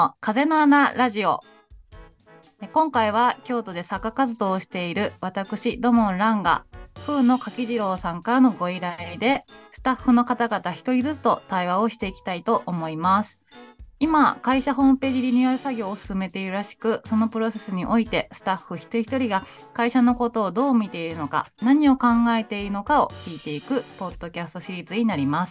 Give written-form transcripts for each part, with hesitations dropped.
の風の穴ラジオ。今回は京都で作家活動をしている私土門蘭が風の柿次郎さんからのご依頼でスタッフの方々一人ずつと対話をしていきたいと思います。今会社ホームページリニューアル作業を進めているらしく、そのプロセスにおいてスタッフ一人一人が会社のことをどう見ているのか、何を考えているのかを聞いていくポッドキャストシリーズになります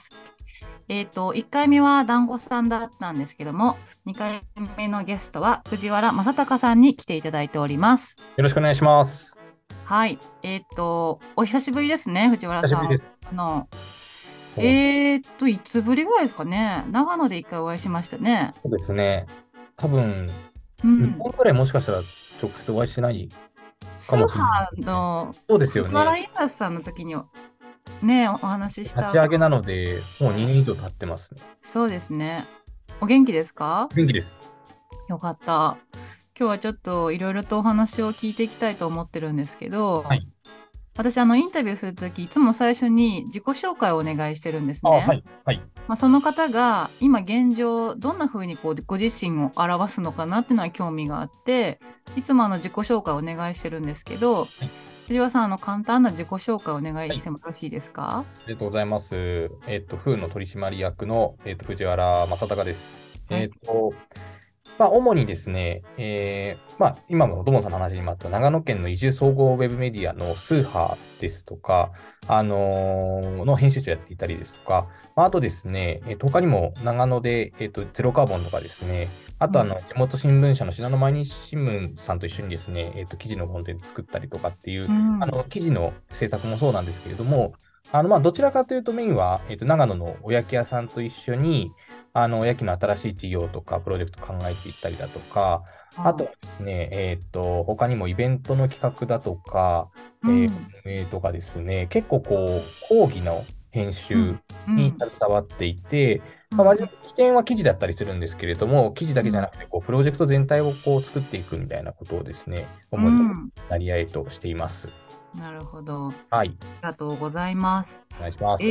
。1回目は団子さんだったんですけども、2回目のゲストは藤原正隆さんに来ていただいております。 よろしくお願いします。 はい。お久しぶりですね、藤原久しさん。 ぶりです。そういつぶりぐらいですかね。長野で1回お会いしましたね。 そうですね。多分、 うん 2本くらいもしかしたら直接お会いしてないスーかもしれないハーですね。 のそうですよね。 藤原印刷さんの時にね、お話しした。 立ち上げなので、もう2年以上経ってますね。 そうですね。お元気ですか？ 元気です。 よかった。今日はちょっといろいろとお話を聞いていきたいと思ってるんですけど、 はい。 私インタビューするときいつも最初に自己紹介をお願いしてるんですあ、 ね。 はい。はい。 その方が今現状どんな風にご自身を表すのかなっていうのは興味があって、いつも自己紹介をお願いしてるんですけど、 はい。 藤原さん簡単な自己紹介をお願いはい。 してもよろしいですか？ ありがとうございます。フーの取締役の、藤原正隆です。 はい。 主にですね、今も土門さんの話にもあった長野県の移住総合ウェブメディアのスーハーですとか、の編集長やっていたりですとか、あとですね、他にも長野で、ゼロカーボンとかですね、あとはい。 地元新聞社の信濃毎日新聞さんと一緒にですね、記事のコンテンツ作ったりとかっていう、 うん。 記事の制作もそうなんですけれども、どちらかというとメインは、長野のおやき屋さんと一緒に、おやきの新しい事業とかプロジェクト考えていったりだとか、あとあ、 はですね、他にもイベントの企画だとか、 うん運営とかですね、結構こう、講義の編集うんうんに携わっていて、 うん割と起点は記事だったりするんですけれども、記事だうん。 けじゃなくて、こう、プロジェクト全体をこう作っていくみたいなことをですね、主にうん。 なり合いとしています。 なるほど。ありはい。 がとうございます。 お願いします。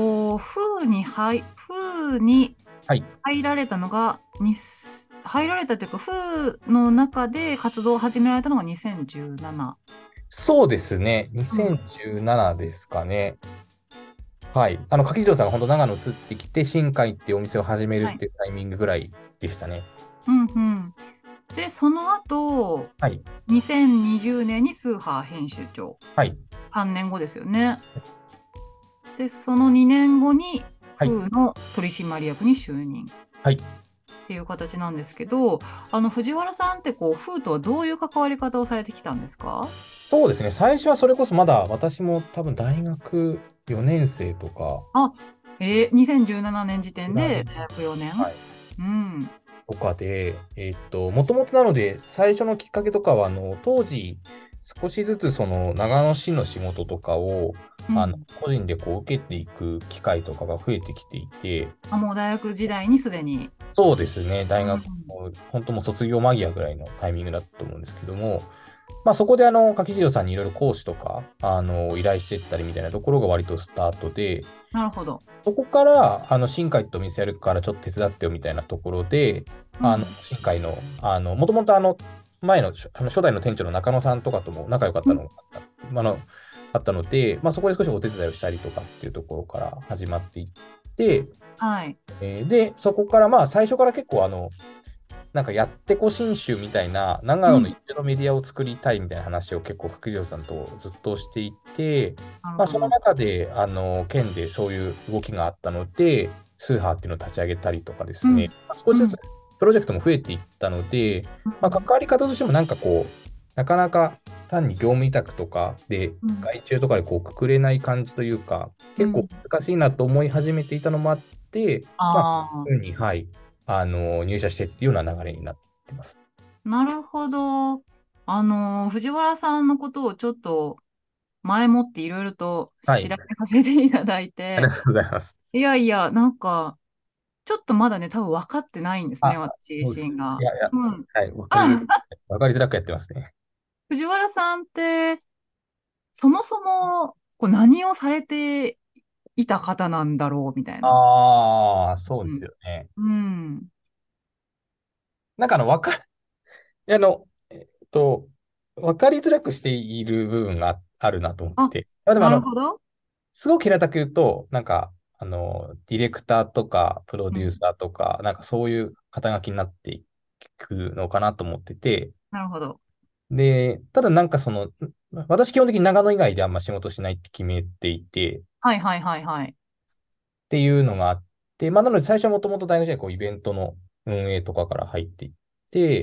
風にはい。 入られたのが、入られたというか、風の中で活動を始められたのが2017。 そうですね。 うん。 2017ですかね。はい。柿次郎さんが本当長野移ってきて、新海っていうお店を始めるはい。 っていうタイミングぐらいでしたね。 うんうん。で、その後、 はい。 2020年にスーハー編集長。 はい。 3年後ですよね。で、その2年後にはい。 風の取締役に就任。 はい。 っていう形なんですけど、藤原さんって風とはどういう関わり方をされてきたんですか？ そうですね。最初はそれこそまだ私も多分大学4年生とか、 あ、2017年時点で大は学4年。 い。 うん。 とかで、もともとなので、最初のきっかけとかは、当時、少しずつその長野市の仕事とかを、 うん。 個人でこう受けていく機会とかが増えてきていて、 もう大学時代にすでに。 そうですね、大学、 うん。 本当もう卒業間際ぐらいのタイミングだったと思うんですけども、そこで柿次郎さんにいろいろ講師とか、依頼していったりみたいなところが割とスタートで、 なるほど。 そこから、新海とお店やるからちょっと手伝ってよみたいなところで、 うん。 新海の、もともと前の、初代の店長の中野さんとかとも仲良かっうん。 たのがあったので、そこで少しお手伝いをしたりとかっていうところから始まっていって、 はい。 で、そこから最初から結構なんかやってこ新州みたいな、長野の一うん。 定のメディアを作りたいみたいな話を結構福次さんとずっとしていて、そのなるほど。 中で、県でそういう動きがあったので、スーハーっていうのを立ち上げたりとかですね、 うん。 少しずつうん。 プロジェクトも増えていったので、関うん。 わり方としてもなんかこう、なかなか単に業務委託とかで、 うん。 外注とかでこうくくれない感じというか、結構うん。 難しいなと思い始めていたのもあって、 ああ、 はい、入社してっていうような流れになってます。 なるほど。藤原さんのことをちょっと前もっていろいろとはい。 調べさせていただいて、 ありがとうございます。 いやいや、ちょっとまだね、多分分かってないんですね、 あ、 私そうです。 自身が。 いやいや、 うん。 はい、 あ、 わかりづらくやってますね。 藤原さんって、そもそも何をされていた方なんだろうみたいな。 ああ、そうでうん。 すよね。 うん。 なんかいやわかりづらくしている部分があるなと思ってあ、 て。まあ、でもなるほど。 すごく平たく言うと、ディレクターとか、プロうん。 デューサーとか、なんかそういう肩書きになっていくのかなと思ってて、 なるほど。 で、ただなんか私基本的に長野以外であんま仕事しないって決めていて、っはいはいはいはい。 ていうのがあって、まあ、なので最初はもともと大学時代こうイベントの運営とかから入っていって、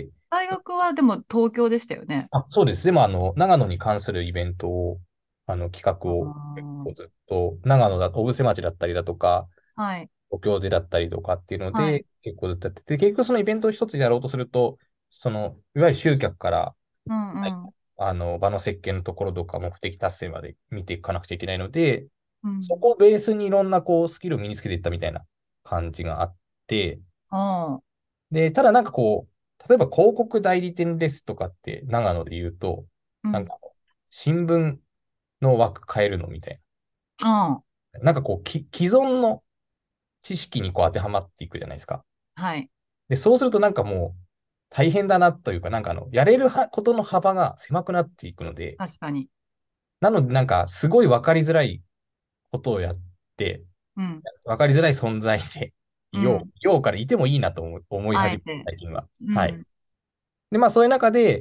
大学はでも東京でしたよね。 あ、そうです。でも、長野に関するイベントを、企画あを結構ーずっと、長野だと、小布施町だったりだとか、 はい。 東京でだったりとかっていうのはい。 で、結構ずっとやってて、結局そのイベントを一つやろうとすると、いわゆる集客から、 うんうん。 場の設計のところとか目的達成まで見ていかなくちゃいけないので、 うん。 そこをベースにいろんなこうスキルを身につけていったみたいな感じがあって、 ああ。 で、ただなんかこう、例えば広告代理店ですとかって長野で言うと、 うん。 なんか新聞の枠変えるのみたいあな。なんかこう、既存の知識にこう当てはまっていくじゃないですか。 あ。はい。 で、そうするとなんかもう大変だなというか、なんかやれることの幅が狭くなっていくので、 確かに。 なのでなんかすごい分かりづらいことをやって、 うん。 分かりづらい存在でうん。 ようからいてもいいなと思い始めた、 あえて。 最近は。はい。 うん。 で、まあそういう中で、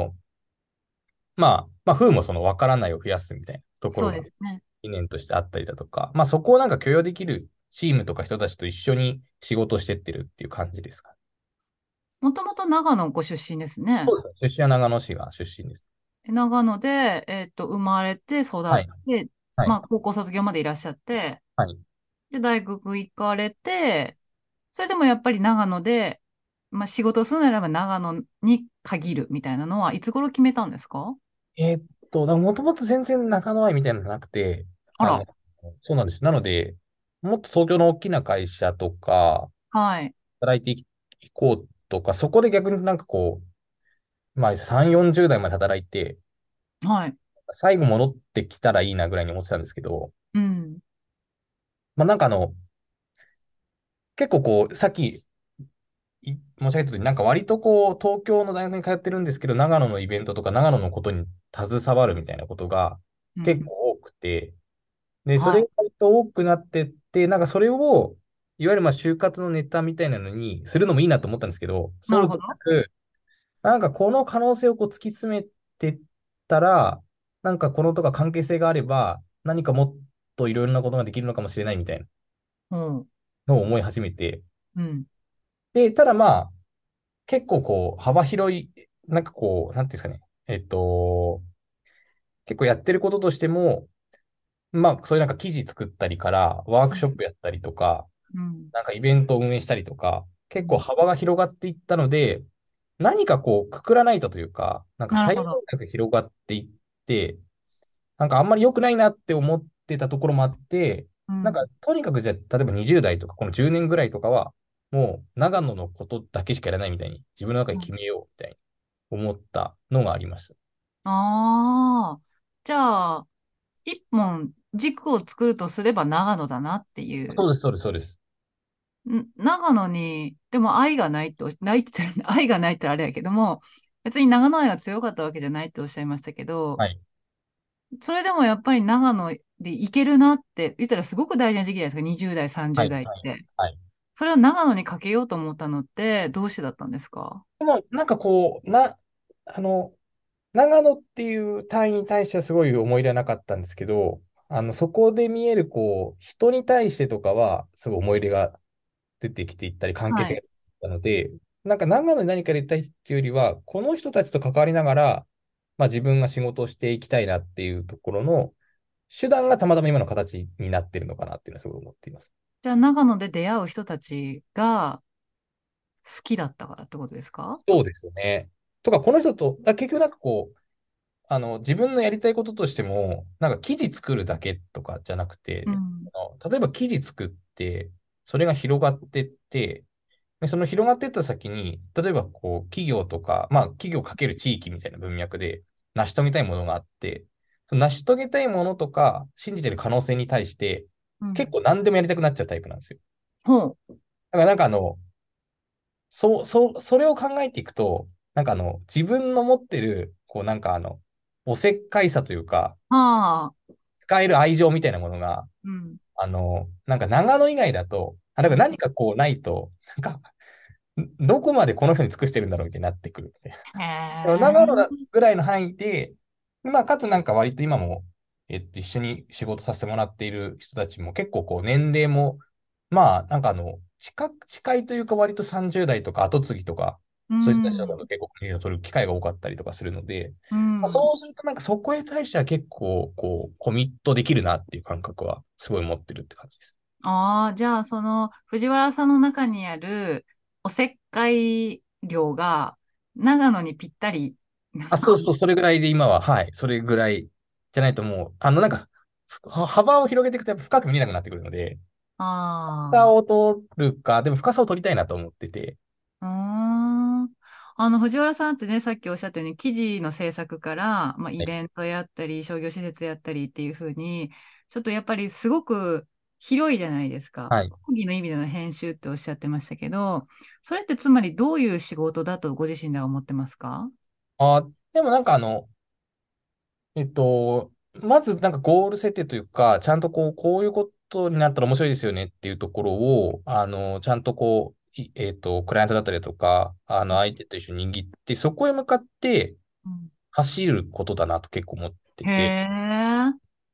風もその分からないを増やすみたいなとこそうろがですね。 理念としてあったりだとか、まあそこをなんか許容できるチームとか人たちと一緒に仕事してってるっていう感じですか。 もともと長野ご出身ですね。 そうですね。出身は長野市が出身です。 長野で、生まれて育っはい。 て、 はい。 まあ、高校卒業までいらっしゃって、 はい。 で、大学行かれて、それでもやっぱり長野で、まあ、仕事をするならば長野に限るみたいなのはいつ頃決めたんですか？ もともと全然仲の愛みたいなのなくて、 あら。 そうなんです。なので、もっと東京の大きな会社とか、 はい。 働いていこうとか、そこで逆になんかこう、まあ3、40代まで働いて、 はい。 最後戻ってきたらいいなぐらいに思ってたんですけど、 うん。 まあなんか結構こう、さっき申し上げた通り、なんか割とこう、東京の大学に通ってるんですけど、長野のイベントとか長野のことに携わるみたいなことがうん。 結構多くて、で、そはい。 れが割と多くなってって、なんかそれを、いわゆるまあ就活のネタみたいなのにするのもいいなと思ったんですけど、そうじなるほど。 ゃなく、なんかこの可能性をこう突き詰めてったら、なんかこのとか関係性があれば、何かもっといろいろなことができるのかもしれないみたいなうん。 のを思い始めて、 うん。 で、ただまあ、結構こう、幅広い、なんかこう、なんていうんですかね。結構やってることとしても、まあ、そういうなんか記事作ったりから、ワークショップやったりとか、 うん。 なんかイベントを運営したりとか、結構うん。 幅が広がっていったので、何かこう、くくらないとというか、なんか際限なるほど。 なく広がっていって、なんかあんまり良くないなって思ってたところもあって、 うん。 なんかとにかくじゃあ、例えば20代とか、この10年ぐらいとかは、もう長野のことだけしかやらないみたいに、自分の中で決めようみたいに思ったのがありました。 ああー。じゃあ、一本軸を作るとすれば長野だなっていう。 そうです、そうです、そうです。 長野に、でも愛がないと、ないって言ったら、愛がないってあれやけども、別に長野愛が強かったわけじゃないっておっしゃいましたけど、 はい。 それでもやっぱり長野で行けるなって言ったらすごく大事な時期じゃないですか、20代、30 はい、はい、 代って。 はい。 それを長野にかけようと思ったのってどうしてだったんですか？ でも、なんかこう、あの、長野っていう単位に対してはすごい思い入れはなかったんですけど、そこで見える、こう、人に対してとかは、すごい思い入れが出てきていったり、関係はい。 性が出てきたので、なんか長野に何かやりたいっていうよりは、この人たちと関わりながら、まあ自分が仕事をしていきたいなっていうところの手段がたまたま今の形になってるのかなっていうのはすごい思っています。 じゃあ長野で出会う人たちが好きだったからってことですか？ そうですよね。とか、この人と、結局なんかこう、自分のやりたいこととしても、なんか記事作るだけとかじゃなくて、 うん。 例えば記事作って、それが広がってって、でその広がっていった先に、例えばこう、企業とか、まあ、企業かける地域みたいな文脈で成し遂げたいものがあって、その成し遂げたいものとか、信じてる可能性に対して、 うん。 結構何でもやりたくなっちゃうタイプなんですよ。 ほう。 だからなんかそれを考えていくと、なんか自分の持ってる、こうなんかおせっかいさというか、 ああ、 使える愛情みたいなものが、 うん。 なんか長野以外だと、だからうん。 何かこうないと、なんか、どこまでこの人に尽くしてるんだろうみたいになってくる。 へでも長野え。 ぐらいの範囲で、まあ、かつなんか割と今も、一緒に仕事させてもらっている人たちも結構こう年齢も、まあ、なんか近いというか割と30代とか後継ぎとか、 うそういう人たちとかん。 と結構コミュニケーションを取る機会が多かったりとかするので、 うまあ、 ん。 そうするとなんかそこへ対しては結構こうコミットできるなっていう感覚はすごい持ってるって感じです。 ああ、じゃあ、その、藤原さんの中にあるおせっかい量が、長野にぴったりなあ、 のか。 そうそう、それぐらいで今は、はい、それぐらいじゃないともう、なんか、幅を広げていくとやっぱ深く見えなくなってくるので、深さあを取るか、でも深さを取りたいなと思ってて、 あ、うーん。藤原さんってね、さっきおっしゃったように、記事の制作から、まあ、イはい、 ベントやったり、商業施設やったりっていう風に、ちょっとやっぱりすごく広いじゃないですか。 はい。 講義の意味での編集っておっしゃってましたけど、それってつまりどういう仕事だとご自身では思ってますか？ でもなんかまずなんかゴール設定というか、ちゃんとこういうことになったら面白いですよねっていうところを、ちゃんとこう、クライアントだったりとか、相手と一緒に握って、そこへ向かってうん。 走ることだなと結構思ってへて、 え、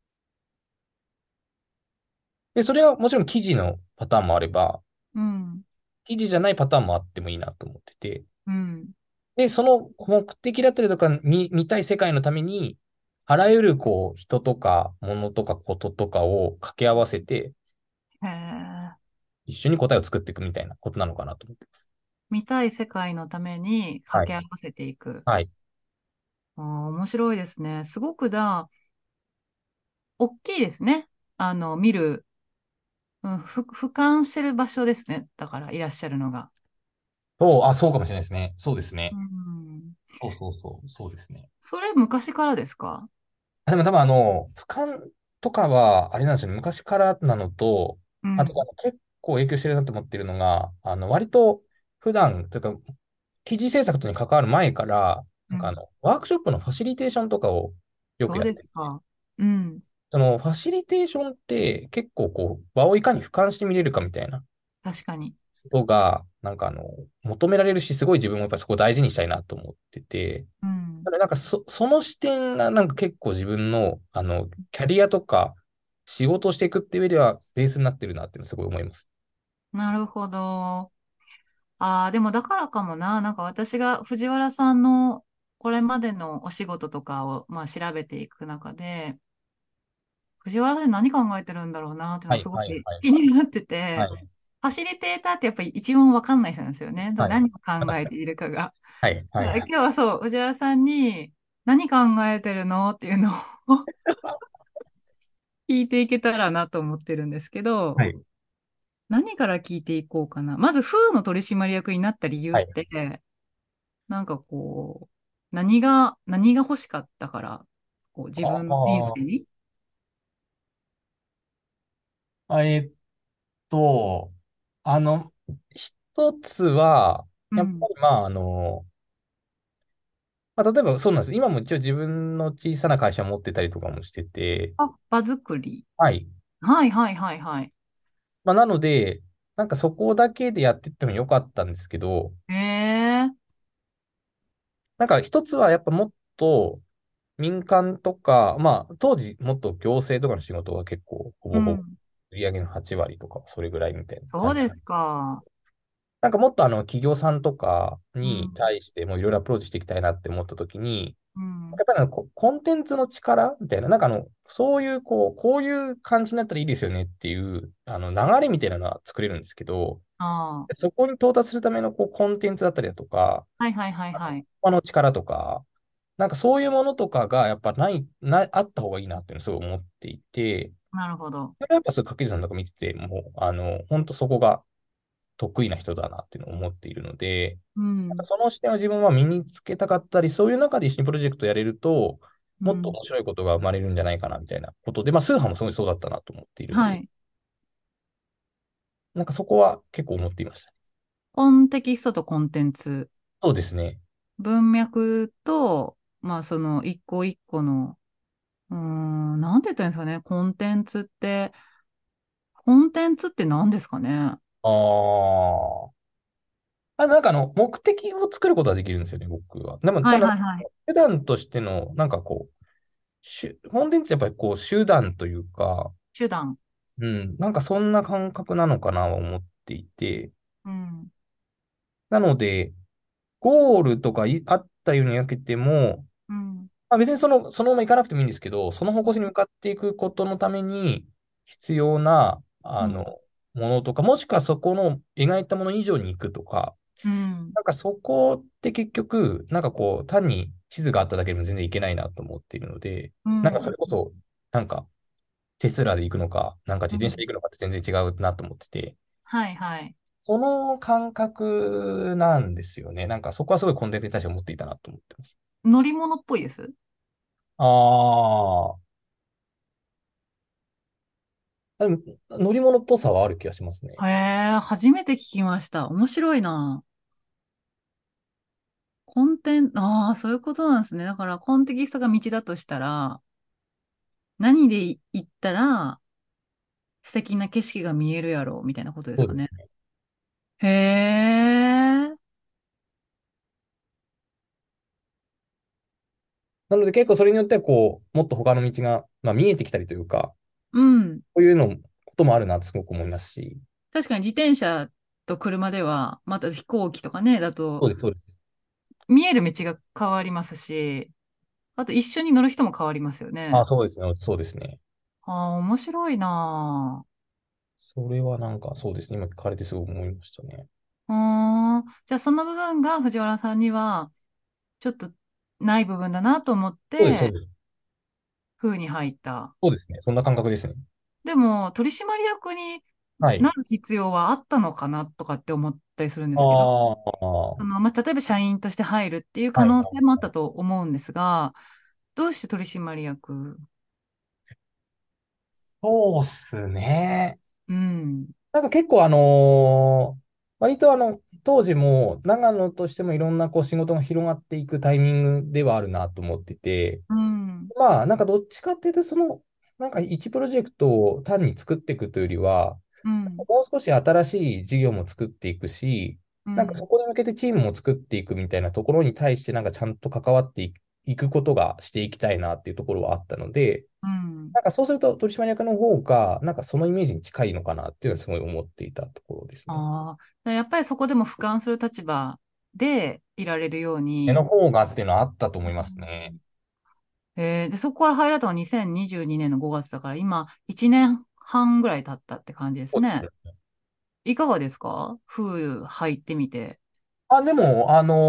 で、それはもちろん記事のパターンもあれば、 うん、 記事じゃないパターンもあってもいいなと思ってて、 うん。 で、その目的だったりとか見たい世界のために、あらゆるこう人とか物とかこととかを掛け合わせて、 へえ。 一緒に答えを作っていくみたいなことなのかなと思ってます。 見たい世界のために掛はい。 け合わせていく。 はい。 面白いですね。すごく大きいですね。見る、うん、俯瞰してる場所ですね。だからいらっしゃるのが。 そうかもしれないですね。そうですうね。 ん。 そうですね。 それ昔からですか？ でも多分俯瞰とかは、あれなんですよね。昔からなのと、あとうん。 結構影響してるなと思ってるのが、割と普段というか、記事制作とに関わる前から、 うん。 ワークショップのファシリテーションとかをよくそうやっていて、 ですか。うん。 そのファシリテーションって結構こう、場をいかに俯瞰して見れるかみたいな確かに。 ことが、なんか求められるし、すごい自分もやっぱりそこを大事にしたいなと思ってて、 うん。 だからなんかその視点がなんか結構自分の、キャリアとか仕事をしていくっていう上ではベースになってるなっていうのをすごい思います。 なるほど。ああ、でもだからかもな。なんか私が藤原さんのこれまでのお仕事とかを、まあ、調べていく中で、藤原さん何考えてるんだろうなっていうのはい、 がすごはい、 いはい、 気になってて、 はい、 ファシリテーターってやっぱり一番わかんない人なんですよね。 はい、 何を考えているかが。 はい、はい、はい。 だから今日はそう、藤原さんに何考えてるのっていうのを聞いていけたらなと思ってるんですけど、 はい、 何から聞いていこうかな。まず、風の取締役になった理由っはい。 て、なんかこう、何が欲しかったから、こう、自分の人生に。 えっと、あの、一つは、やっぱうん。 り例えばそうなんです。今も一応自分の小さな会社を持ってたりとかもしてて、 あ、場作り。 はい。 はいはいはいはい。 なので、なんかそこだけでやってってもよかったんですけど、 ええ。 なんか一つはやっぱもっと民間とか、当時もっと行政とかの仕事が結構ほぼほぼうん。 売上の8割とかそれぐらいみたいな感じ。 そうですか。 なんかもっと企業さんとかにうん。 対してもいろいろアプローチしていきたいなって思ったときに、 うん。 やっぱりコンテンツの力みたいな、なんかそういうこういう感じになったらいいですよねっていう、流れみたいなのは作れるんですけど、 ああ。 そこに到達するためのコンテンツだったりだとか、 はいはいはいはい。 他の力とか、なんかそういうものとかがやっぱあった方がいいなっていうのをすごい思っていて、 なるほど。 それはやっぱそう、掛けさんとか見てても、本当そこが得意な人だなっていうのを思っているので、 うん。 なんかその視点を自分は身につけたかったり、そういう中で一緒にプロジェクトやれると、もっとうん。 面白いことが生まれるんじゃないかなみたいなことで、スーハもすごいそうだったなと思っているので、 はい。 なんかそこは結構思っていました。 コンテキストとコンテンツ。 そうですね。 文脈と、まあその一個一個の、なんて言ったらいいんですかね。コンテンツって何ですかね。 ああ。なんか目的を作ることはできるんですよね、僕は。でも、 はいただ、 はいはい。 手段としての、なんかこう、コンテンツってやっぱりこう、手段というか、 手段。 うん、なんかそんな感覚なのかなと思っていて、 うん。 なので、ゴールとかあったように分けても、 うん。 まあ、別にそのまま行かなくてもいいんですけど、その方向性に向かっていくことのために必要な、 うん。 ものとか、もしくはそこの描いたもの以上に行くとか、 うん。 なんかそこって結局、なんかこう、単に地図があっただけでも全然いけないなと思っているので、なんかそうん。 れこそ、なんかテスラで行くのか、なんか自転車でうん。 行くのかって全然違うなと思ってて、 はいはい。 その感覚なんですよね。なんかそこはすごいコンテンツに対して思っていたなと思ってます。 乗り物っぽいです。 ああ、でも乗り物っぽさはある気がしますね。 へえ、初めて聞きました。面白いな。ああ、そういうことなんですね。だから、コンテキストが道だとしたら、何で行ったら素敵な景色が見えるやろうみたいなことですかね。 そうですね。 へえ、 なので結構それによってはこう、もっと他の道が、まあ、見えてきたりというか、 うん。 こういうこともあるなとすごく思いますし。 確かに自転車と車では、また飛行機とかね、だと、 そうです、そうです。 見える道が変わりますし、あと一緒に乗る人も変わりますよね。 そうですね、そうですね。 ああ、面白いなそれはなんかそうですね、今聞かれてすごく思いましたね。 あ。じゃあその部分が藤原さんには、ちょっとない部分だなと思っそうです、そうて、 です。 風に入った。 そうですね、そんな感覚ですね。 でも、取締役にはい。 なる必要はあったのかなとかって思ったりするんであすけど、 あ、はまあ、例えば社員として入るっていうい、は可能性もあい。 ったと思うんですが、どうして取締役？ そうっすね。 うん、 なんか結構割と当時も長野としてもいろんなこう仕事が広がっていくタイミングではあるなと思ってて、 うん、 まあなんかどっちかっていうとなんか一プロジェクトを単に作っていくというよりは、 うん、 もう少し新しい事業も作っていくし、なんかそうん、 こに向けてチームも作っていくみたいなところに対してなんかちゃんと関わっていくことがしていきたいなっていうところはあったので、 うん。 なんかそうすると取締役の方が、なんかそのイメージに近いのかなっていうのはすごい思っていたところですね。 ああ、やっぱりそこでも俯瞰する立場でいられるように。 絵の方がっていうのはあったと思いますね。 で、そこから入られたのは2022年の5月だから、今、1年半ぐらい経ったって感じですね。 そうですね。 いかがですか？風入ってみて。 でも、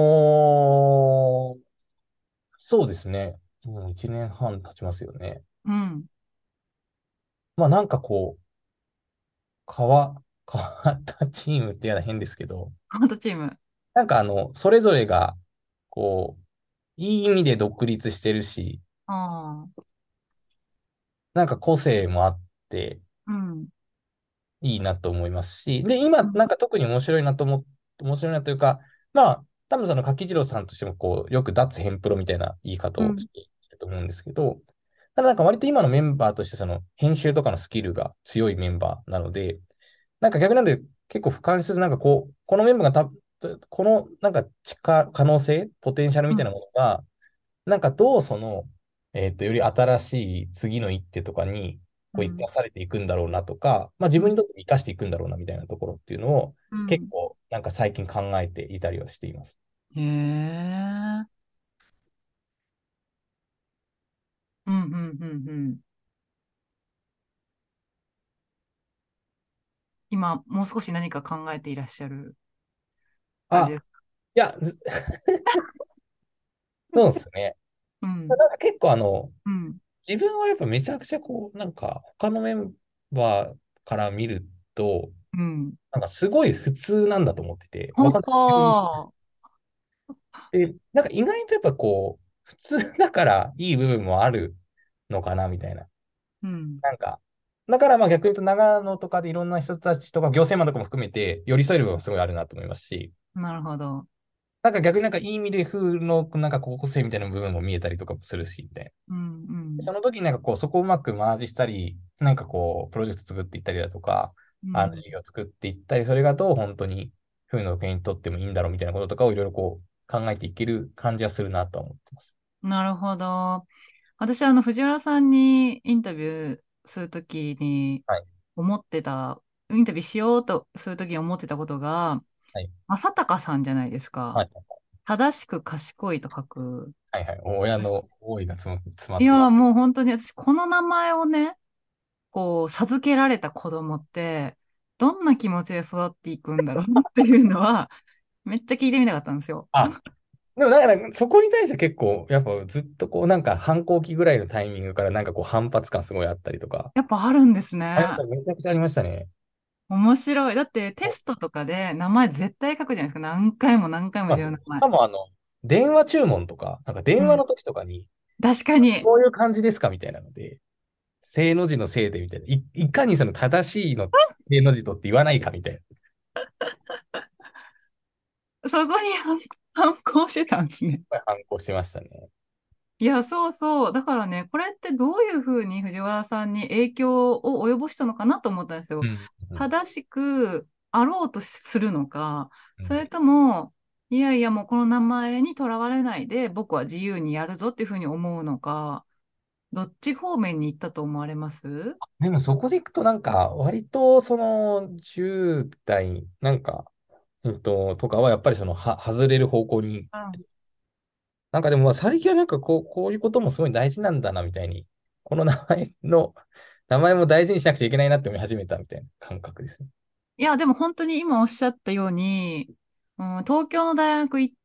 そうですね。もう1年半経ちますよね。 うん。 まあなんかこう、変わったチームってやだ変ですけど、 カウントチーム。 なんかそれぞれが、こいい意味で独立してるし、 ああ、 なんか個性もあってうん。 いいなと思いますし、で、今、 うん。 なんか特に面白いなというか、まあ、多分その柿次郎さんとしても、こう、よく脱ヘンプロみたいな言い方うん。 をしていると思うんですけど、ただなんか割と今のメンバーとしてその編集とかのスキルが強いメンバーなので、なんか逆なんで結構俯瞰しつつ、なんかこう、このメンバーがこのなんか可能性、ポテンシャルみたいなものが、なんかどうより新しい次の一手とかに、こう生うん。 かされていくんだろうなとか、まあ自うん。 分にとって生かしていくんだろうなみたいなところっていうのをうん。 結構なんか最近考えていたりはしています。 へえ。うん、うん、うん、うん。今、もう少し何か考えていらっしゃる感じあ、 ですか？ いや、そうですね。 うん。 なんか結構うん。 自分はやっぱめちゃくちゃこう、なんか他のメンバーから見ると、 うん。 なんかすごい普通なんだと思ってて、 ほほなんか意外とやっぱこう、普通だからいい部分もあるのかなみたいな。 ー。うん。 なんか、 だからまあ逆に言うと長野とかでいろんな人たちとか行政マンとかも含めて寄り添える部分もすごいあるなと思いますし、 なるほど。 なんか逆になんかいい意味で風のなんか高校生みたいな部分も見えたりとかもするし、みたいな。 うんうん。 その時になんかこうそこをうまくマージしたり、なんかこうプロジェクト作っていったりだとか、 うん授業を作っていったり、それがどう本当に風の受けにとってもいいんだろうみたいなこととかをいろいろこう考えていける感じはするなとは思ってます。 なるほど。私、藤原さんにインタビューするときにはい。 思ってた、インタビューしようとするときに思ってたことが、 はい。 正隆さんじゃないですか。 はい。 正しく賢いと書く。 はいはい。親の思いが詰まってる。 いや、もう本当に私、この名前をね、こう、授けられた子供って、どんな気持ちで育っていくんだろうっていうのは、めっちゃ聞いてみたかったんですよ。 あ、でもだからそこに対して結構、やっぱずっとこうなんか反抗期ぐらいのタイミングからなんかこう反発感すごいあったりとか、 やっぱあるんですね。 ありました。めちゃくちゃありましたね。 面白い。だってテストとかで名前絶対書くじゃないですか。何回も何回もまあ、 自分の名前。 しかも電話注文とか、なんか電うん。 話の時とかに、 確かに。 こういう感じですかみたいなので、正の字の正でみたいな、いかにその正しいの正の字とって言わないかみたいな、 そこに反抗してたんですね。 反抗してましたね。 いや、そうそう。だからね、これってどういうふうに藤原さんに影響を及ぼしたのかなと思ったんですよ。 うん。うん。 正しくあろうとするのか、 うん。 それとも、いやいや、もうこの名前にとらわれないで、僕は自由にやるぞっていうふうに思うのか、どっち方面に行ったと思われます？ でもそこでいくとなんか、割とその10代、なんか、とかはやっぱり外れる方向に、 うん。 なんかでもまあ最近はなんかこういうこともすごい大事なんだなみたいに、この名前も大事にしなくちゃいけないなって思い始めたみたいな感覚ですね。 いや、でも本当に今おっしゃったように、東京の大学行って、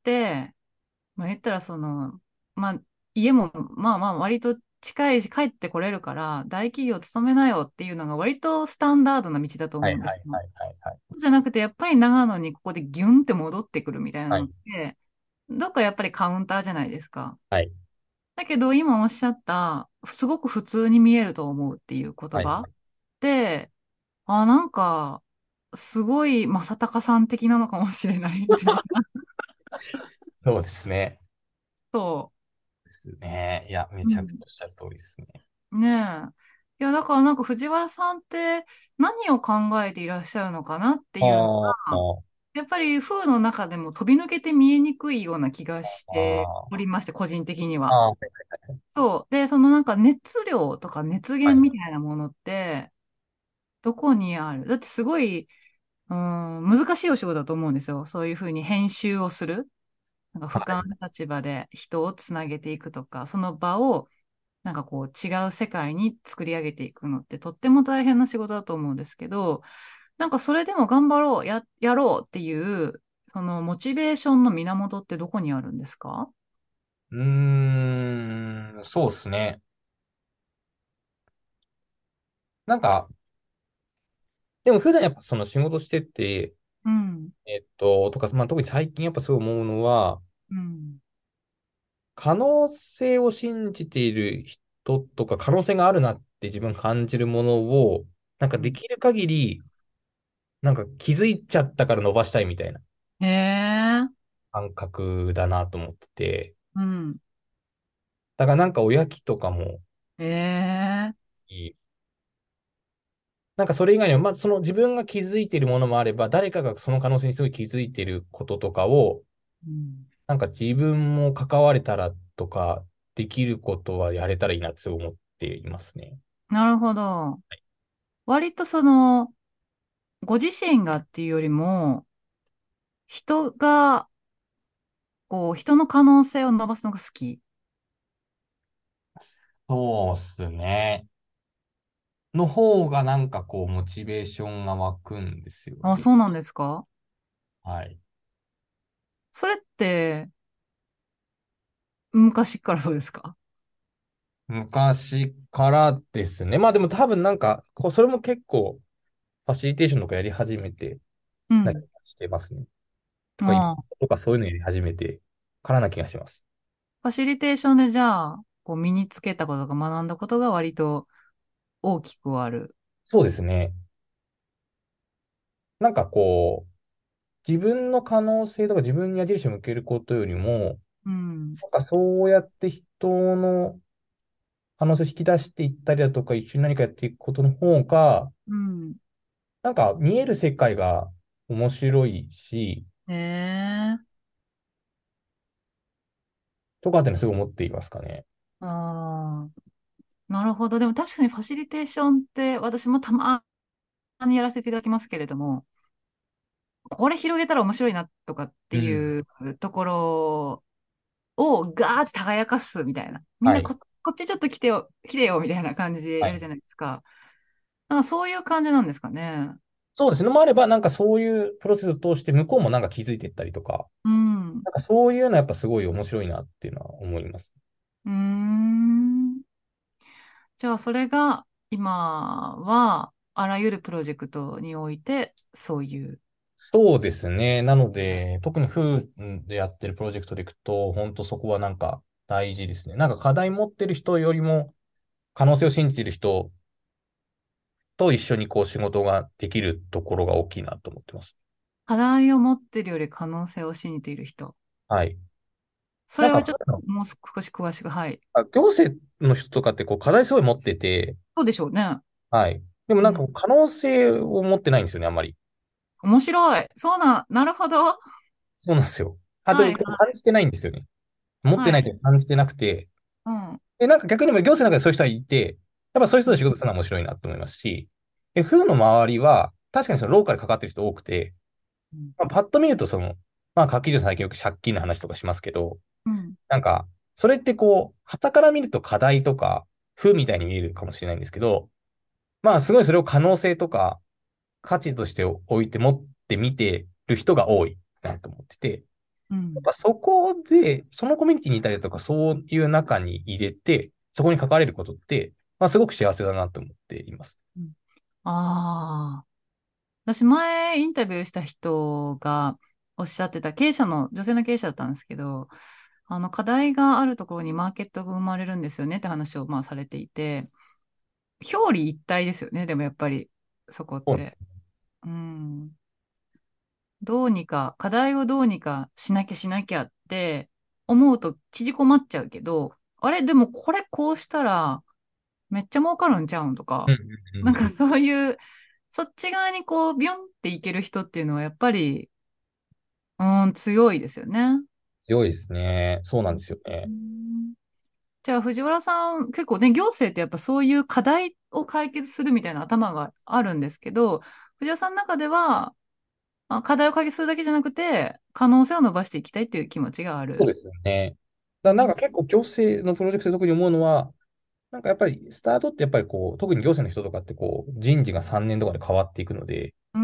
まあ、言ったらまあ、家もまあまあ割と近いし帰ってこれるから大企業勤めなよっていうのが割とスタンダードな道だとはい思うんですよ。 はいはいはいはい。 じゃなくてやっぱり長野にここでギュンって戻ってくるみたいなはい。 のって、どっかやっぱりカウンターじゃないですか。 はい。 だけど今おっしゃったすごく普通に見えると思うっていう言はい。 葉で、なんかすごい正隆さん的なのかもしれないみたいな。 そうですね。 そですね。いや、めう。うちゃくちゃん。 おっしゃる通りですね。 ねえ。いや、だからなんか藤原さんって何を考えていらっしゃるのかなっていうのあが、 あ、 やっぱり風の中でも飛び抜けて見えにくいような気がしてあおりまして、個人的にあ、 は。 ああ、はいそう。で、そのなんか熱量とか熱はい。 源みたいなものって、どこにある？だってすごい、難しいお仕事だと思うんですよ。そういうふうに編集をする。なんか俯瞰の立場で人をつなげていくとか、その場をなんかこう違う世界に作り上げていくのってとっても大変な仕事だと思うんですけど、なんかそれでも頑張ろう、やろうっていう、そのモチベーションの源ってどこにあるんですか？ そうですね。なんか、でも普段やっぱその仕事してて、 うん、 まあ、特に最近やっぱすごい思うのは、 うん、 可能性を信じている人とか、可能性があるなって自分感じるものを、なんかでうん。 きる限り、なんか気づいちゃったから伸ばしたいみたいなへえ、 感覚だなと思ってて、 うん、 だからなんかおやきとかもへえ、 いい、なんかそれ以外にも、まあその自分が気づいているものもあれば、誰かがその可能性にすごい気づいていることとかを、 うん。 なんか自分も関われたらとか、できることはやれたらいいなってすごい思っていますね。 なるほど。割とご自身がっていうよりも、人が、こう、人の可能性を伸ばすのが好き。 そうっすね。の方がなんかこう、モチベーションが湧くんですよあ、 ね。 そうなんですか？ はい。 それって、昔からそうですか？ 昔からですね。まあでも多分なんか、それも結構、ファシリテーションとかやり始めて、な気がうん。 してますね。とか、 ああ。 とかそういうのやり始めてからな気がします。 ファシリテーションでじゃあ、こう身につけたこととか学んだことが割と大きくある。 そうですね。なんかこう、自分の可能性とか自分に矢印を向けることよりも、 うん。 なんかそうやって人の可能性を引き出していったりだとか、一緒に何かやっていくことの方が、 うん。 なんか見える世界が面白いし、 へえ。 とかってのすごい思っていますかね。 ああ。なるほど。でも確かにファシリテーションって私もたまにやらせていただきますけれども、これ広げたら面白いなとかってうん。 いうところをガーって耕かすみたいな。みんはい。 なこっちちょっと来てよみたいな感じではい。 やるじゃないですか。なんかそういう感じなんですかね。 そうですね。もあれば、なんかそういうプロセスを通して向こうもなんか気づいていったりとか、 うん。 なんかそういうのはやっぱすごい面白いなっていうのは思います。 うーん。じゃあそれが今はあらゆるプロジェクトにおいてそういう。 そうですね。なので、特に Foo でやってるプロジェクトでいくと、本当そこはなんか大事ですね。なんか課題持ってる人よりも、可能性を信じている人と一緒にこう仕事ができるところが大きいなと思ってます。 課題を持ってるより可能性を信じている人。 はい。 それはちょっなんか、 ともう少し詳しく、はい。 行政の人とかってこう課題すごい持ってて、 そうでしょうね。 はい。でもうん。 なんか可能性を持ってないんですよね、あんまり。 面白い。なるほど。はそうなんですよ。あと、 い、 でも感じてないんですよね。持ってはい。 ないって感じてなくて、 うん。 で、なんか逆にも行政の中でそういう人がいて、やっぱそういう人と仕事するのは面白いなと思いますし、F の周りは、確かにそのローカルにかかってる人多くて、 うん。 まあ、パッと見るとまあ、柿城さん最近よく借金の話とかしますけど、 うん。 なんか、それってこう、傍から見ると課題とか、負みたいに見えるかもしれないんですけど、まあ、すごいそれを可能性とか、価値として置いて持って見てる人が多いなと思ってて、やっうんぱそこで、そのコミュニティにいたりだとか、そういう中に入れて、そこに関われることって、まあ、すごく幸せだなと思っています。 うん。ああ。私前インタビューした人がおっしゃってた女性の経営者だったんですけど、課題があるところにマーケットが生まれるんですよねって話をまあされていて、表裏一体ですよね、でもやっぱりそこって。 そうです。 うん。どうにか、課題をどうにかしなきゃって思うと縮こまっちゃうけど、あれ、でもこれこうしたらめっちゃ儲かるんちゃうんとか、 うんうんうんうん。 なんかそういう、そっち側にこうビョンっていける人っていうのはやっぱり、強いですよね。 強いですね。そうなんですようね。 ん。じゃあ藤原さん、結構ね、行政ってやっぱそういう課題を解決するみたいな頭があるんですけど、藤原さんの中では、課題を解決するだけじゃなくて、可能性を伸ばしていきたいっていう気持ちがある。 そうですよね。だからなんうん。 か結構行政のプロジェクトで特に思うのは、なんかやっぱりスタートってやっぱりこう、特に行政の人とかってこう、人事が3年とかで変わっていくので、 うん。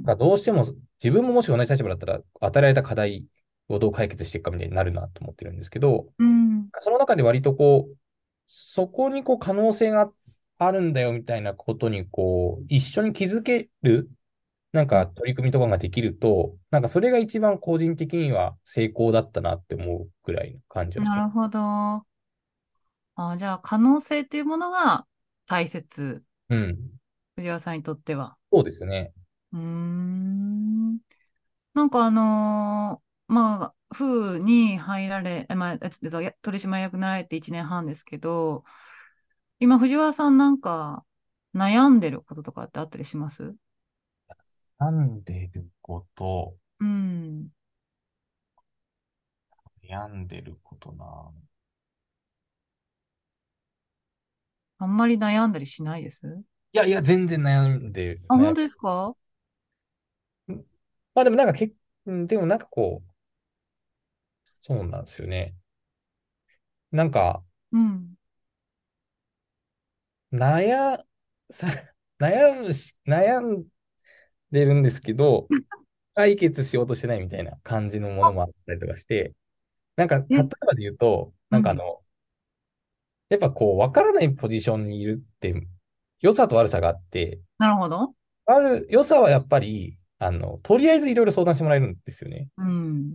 どうしても自分ももし同じ立場だったら、与えられた課題をどう解決していくかみたいになるなと思ってるんですけど、 うん。 その中で割とこう、そこにこう可能性があるんだよみたいなことにこう、一緒に気づける、なんか取り組みとかができると、なんかそれが一番個人的には成功だったなって思うぐらいの感じはしてます。 なるほど。じゃあ、可能性っていうものが大切。 うん。 藤原さんにとっては。 そうですね。 うーん。なんかまあ、風に入られ、まあ、取締役になられて1年半ですけど、今、藤原さんなんか悩んでることとかってあったりします？ 病んでること、 うん。 病んでることな。 あんまり悩んだりしないです？ いやいや、全然あ、 悩本当ですか？ む。まあでもなんかでもなんかこう、そうなんですよね。なんか、 うん。 悩、さ、悩んでるんですけど、解決しようとしてないみたいな感じのものあ、 もあったりとかして、なんか、例ええ、 ばで言うと、 うん。 やっぱこう、わからないポジションにいるって、良さと悪さがあって、 なるほど。 良さはやっぱり、とりあえずいろいろ相談してもらえるんですよね。 うん。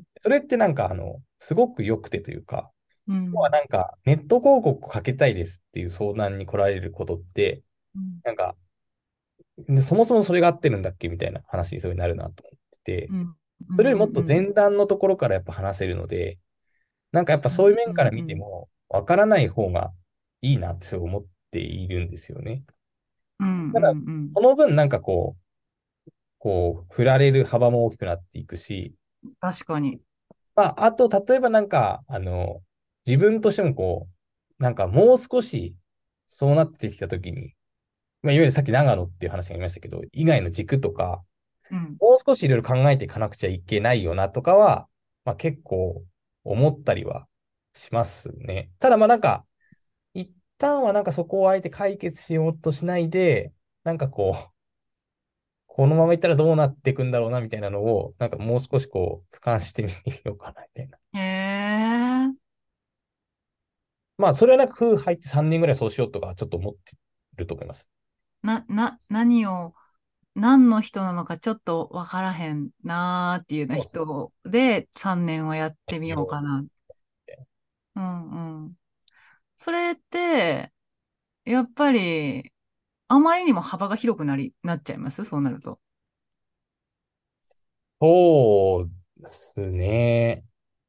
それってなんか、すごく良くてというか、今日はうん。 なんか、ネット広告かけたいですっていう相談に来られることって、 うん。 なんか、 で、そもそもそれが合ってるんだっけみたいな話にそういうなるなと思ってて、 うん。うん。 それよりもっとうん。 前段のところからやっぱ話せるので、なんかやっぱうん。 そういう面からうん。うん。 見ても、わからない方がいいなってそう思っているんですよね。 うん。うただ、 ん。 その分なんか振られる幅も大きくなっていくし、 確かに。 まあ、あと、例えばなんか、自分としてもなんかもう少しそうなってきたときに、まあ、いわゆるさっき長野っていう話がありましたけど、以外の軸とか、 うん。 もう少しいろいろ考えていかなくちゃいけないよなとかは、まあ、結構思ったりはしますね。ただまあなんか、一旦はなんかそこをあえて解決しようとしないで、なんかこのままいったらどうなっていくんだろうなみたいなのを、なんかもう少し俯瞰してみようかなみたいな。 へえ。 まあ、それはなんか風入って3年ぐらいそうしようとか、ちょっと思ってると思います。 何を、何の人なのかちょっとわからへんなーっていうようなそうです人で3年はやってみね。よようかな。うんうん。それって、やっぱり、あまりにも幅が広くなっちゃいますそうなると。 そうですね。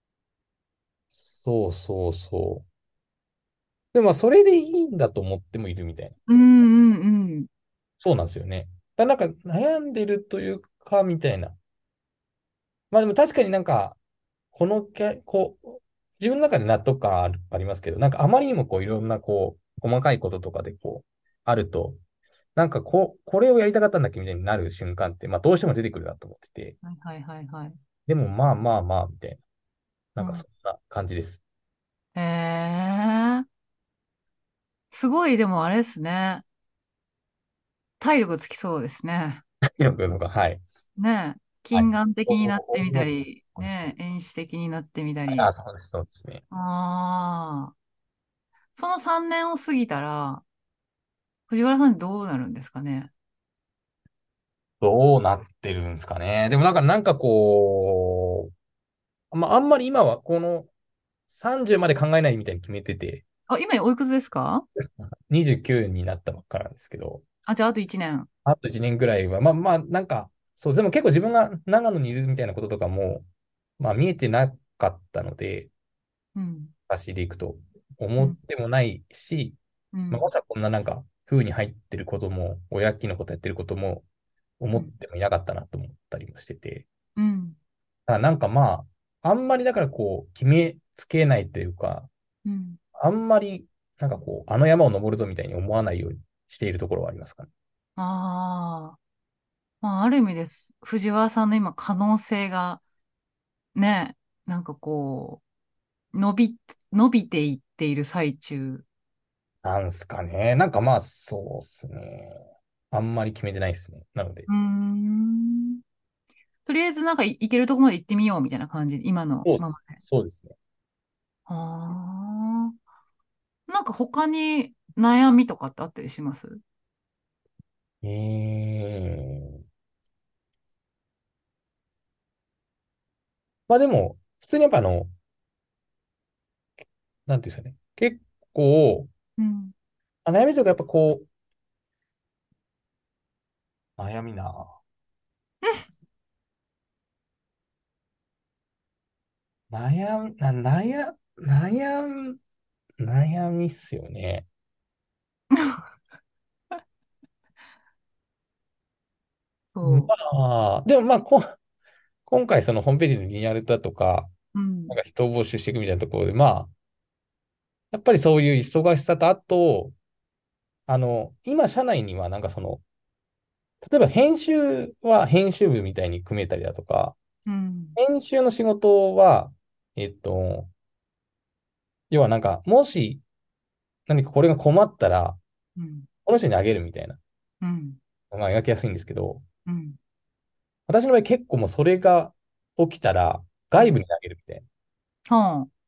そうそうそう。でも、まあそれでいいんだと思ってもいるみたいな。 うんうんうん。 そうなんですよね。なんか悩んでるというか、みたいな。まあでも確かになんか、このキャ、こう、自分の中で納得感ありますけど、なんかあまりにもいろんな細かいこととかであると、なんかこれをやりたかったんだっけみたいになる瞬間って、まあどうしても出てくるなと思ってて、 はいはいはいはい。 でもまあまあまあ、みたいな、なんかうん。 そんな感じです。 へえ。すごい、でもあれですね。体力つきそうですね。 よくとか、はい。 ねえ。 はい。 近眼的になってみたおり、ねえ、遠視的になってみたあ、 り。 そうです、そうですね。 ああ。その3年を過ぎたら、藤原さんどうなるんですかね。 どうなってるんですかね。でもなんかまあ、あんまり今はこの30まで考えないみたいに決めてて、 あ、今おいくつですか？ 29になったばっかなんですけど、 あ、じゃああと1年。 あと1年ぐらいは、まあまあ、なんか、そう、でも結構自分が長野にいるみたいなこととかも、まあ見えてなかったので、 うん。 私でいくとうん。 思ってもないし、まあ、 うん。 まさかこんななんか、風に入ってることも、親機のことやってることも思っうん。 てもいなかったなと思ったりもしてて、 うん。 なんかまあ、あんまりだから決めつけないというか、 うん。 あんまりなんかあの山を登るぞみたいに思わないようにしているところはありますかね。 ああ。まあ、ある意味です。藤原さんの今可能性がね、なんか伸びていっている最中。 なんすかね。なんかまあ、そうっすね。あんまり決めてないっすね。なので。 うーん。とりあえずなんか行けるとこまで行ってみようみたいな感じ、今のそうです。 ままで。 そうですね。 ああ。なんか他に悩みとかってあったりします？ まあでも、普通にやっぱなんていうんですかね。結構、 うん。 悩みとかやっぱ悩みな。悩みっすよね。まそでもまあ、今回そのホームページのリニューアルだとか、 う。うん。 なんか人を募集していくみたいなところで、まあ、やっぱりそういう忙しさと、あと、今、社内にはなんか例えば編集は編集部みたいに組めたりだとか、 うん。 編集の仕事は、えっと、要はなんか、もし何かこれが困ったら、 うん。 この人にあげるみたいなうん。 のが描きやすいんですけど、 うん。 私の場合結構もうそれが起きたらうん。 外部にあげるみたいなはあ。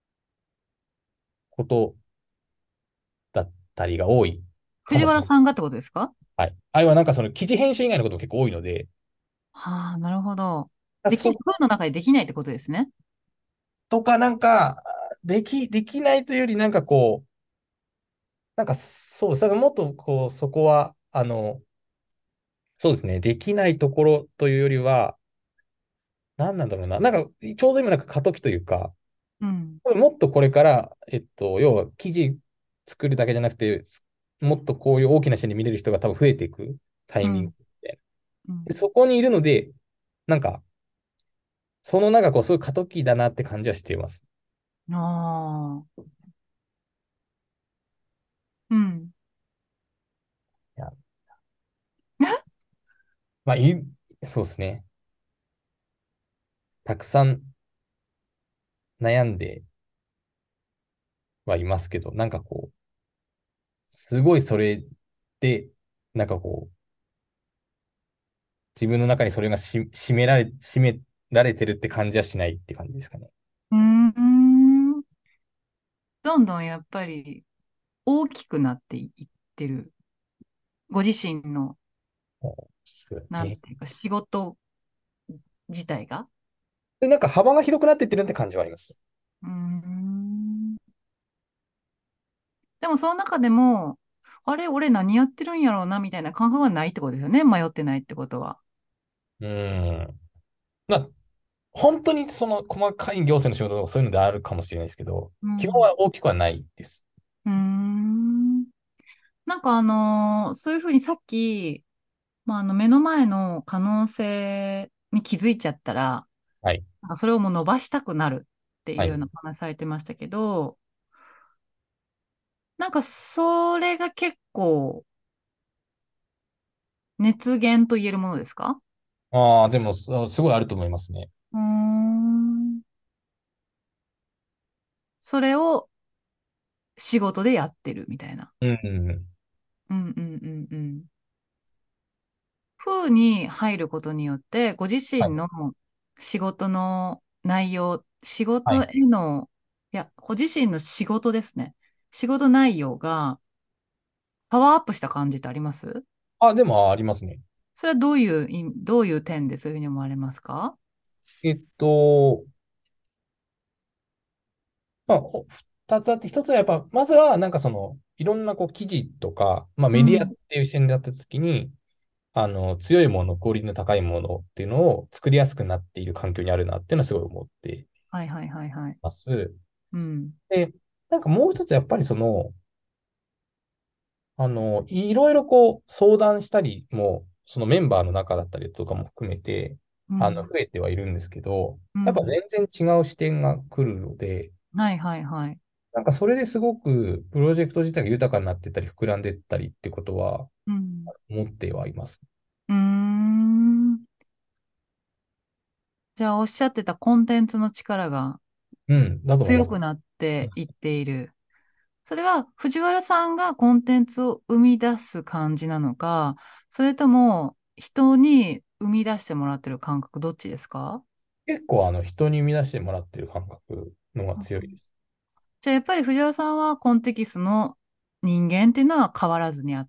ことだったりが多いか藤もしれない。 原さんがってことですか？ はい。あるいはなんかその記事編集以外のことも結構多いので、 はあ、なるほど。 そプロの中でできないってことですね。 とかなんか、できないというよりなんかなんかそうです。だからもっとそこは、 そうですね。できないところというよりは、何なんだろうな。なんか、ちょうど今なんか過渡期というか、 うん。 もっとこれから、要は記事作るだけじゃなくて、もっとこういう大きな視点で見れる人が多分増えていくタイミングうん。 で、 うん。 でそこにいるので、なんか、そのなんかこう、そういう過渡期だなって感じはしています。 ああ。うん。 いや、まあ、そうですね。たくさん悩んではいますけど、なんかこう、すごいそれで、なんかこう、自分の中にそれが占められてるって感じはしないって感じですかね。 うーん。どんどんやっぱり大きくなっていってる。ご自身の、 そうなんていうか、仕事自体が。 で、なんか幅が広くなってってるって感じはあります。 うーん。でもその中でも、あれ、俺何やってるんやろうな、みたいな感覚がないってことですよね。迷ってないってことは。 うーん。まあ、本当にその細かい行政の仕事とかそういうのであるかもしれないですけど、基本うん。 は大きくはないです。 うーん。なんかそういうふうにさっき、まあ、目の前の可能性に気づいちゃったら、 はい。 なんかそれをもう伸ばしたくなるっていうはい。 ようなお話されてましたけど、なんかそれが結構熱源と言えるものですか？ ああ、でも、すごいあると思いますね。 うーん。それを仕事でやってるみたいな。 うん。 うんうんうんうん。風に入ることによって、ご自はい。 身の仕事の内容、仕事はい。 への、いや、ご自身の仕事ですね。仕事内容がパワーアップした感じってあります？ あ、でもありますね。 それはどういう点でそういうふうに思われますか？ えっと、まあ、二つあって、一つはやっぱ、まずは、なんかその、いろんなこう記事とか、まあメディアっうん。 ていう視点でやったときに、強いもの、クオリティの高いものっていうのを作りやすくなっている環境にあるなっていうのはすごい思ってはいはいはいはい。 ます。 うん。 で、なんかもう一つやっぱりその、いろいろこう相談したりも、そのメンバーの中だったりとかも含めて、増うん。 えてはいるんですけど、やっぱうん。 全然違う視点が来るので、 はいはいはい。 なんかそれですごくプロジェクト自体が豊かになってったり、膨らんでいったりってことはうん。 思ってはいます。 うーん。じゃあおっしゃってたコンテンツの力がうん、だと思います。 強くなっていっている。それは藤原さんがコンテンツを生み出す感じなのか、それとも人に生み出してもらってる感覚、どっちですか？ 結構人に生み出してもらってる感覚の方が強いです。 じゃあやっぱり藤原さんはコンテキストの人間っていうのは変わらずにあって、